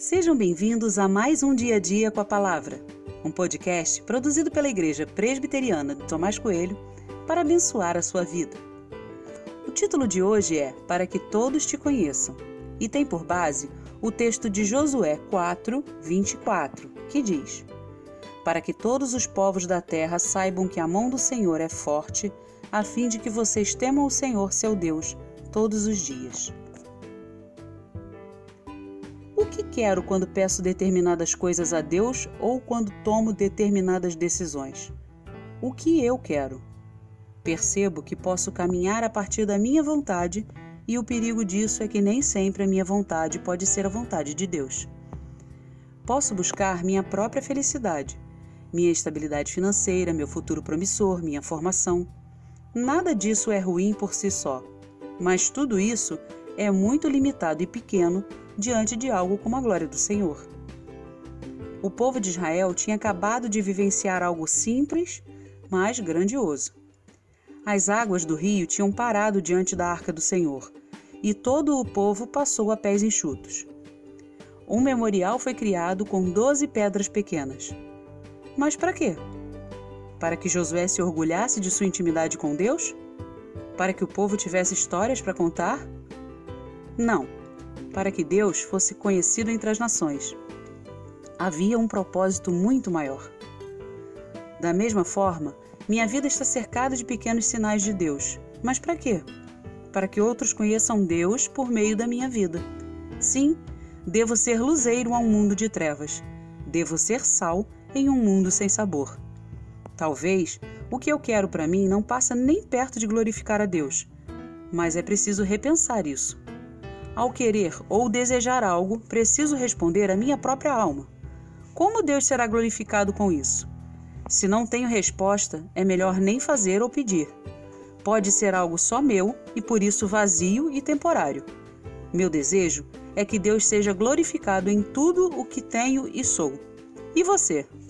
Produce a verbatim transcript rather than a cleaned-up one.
Sejam bem-vindos a mais um Dia a Dia com a Palavra, um podcast produzido pela Igreja Presbiteriana de Tomás Coelho para abençoar a sua vida. O título de hoje é Para que todos te conheçam e tem por base o texto de Josué quatro, vinte e quatro, que diz: Para que todos os povos da terra saibam que a mão do Senhor é forte, a fim de que vocês temam o Senhor, seu Deus, todos os dias. O que quero quando peço determinadas coisas a Deus ou quando tomo determinadas decisões? O que eu quero? Percebo que posso caminhar a partir da minha vontade e o perigo disso é que nem sempre a minha vontade pode ser a vontade de Deus. Posso buscar minha própria felicidade, minha estabilidade financeira, meu futuro promissor, minha formação. Nada disso é ruim por si só, mas tudo isso é muito limitado e pequeno diante de algo como a glória do Senhor. O povo de Israel tinha acabado de vivenciar algo simples, mas grandioso. As águas do rio tinham parado diante da arca do Senhor, e todo o povo passou a pés enxutos. Um memorial foi criado com doze pedras pequenas. Mas para quê? Para que Josué se orgulhasse de sua intimidade com Deus? Para que o povo tivesse histórias para contar? Não, para que Deus fosse conhecido entre as nações. Havia um propósito muito maior. Da mesma forma, minha vida está cercada de pequenos sinais de Deus. Mas para quê? Para que outros conheçam Deus por meio da minha vida. Sim, devo ser luzeiro a um mundo de trevas. Devo ser sal em um mundo sem sabor. Talvez o que eu quero para mim não passa nem perto de glorificar a Deus, mas é preciso repensar isso. Ao querer ou desejar algo, preciso responder à minha própria alma. Como Deus será glorificado com isso? Se não tenho resposta, é melhor nem fazer ou pedir. Pode ser algo só meu e por isso vazio e temporário. Meu desejo é que Deus seja glorificado em tudo o que tenho e sou. E você?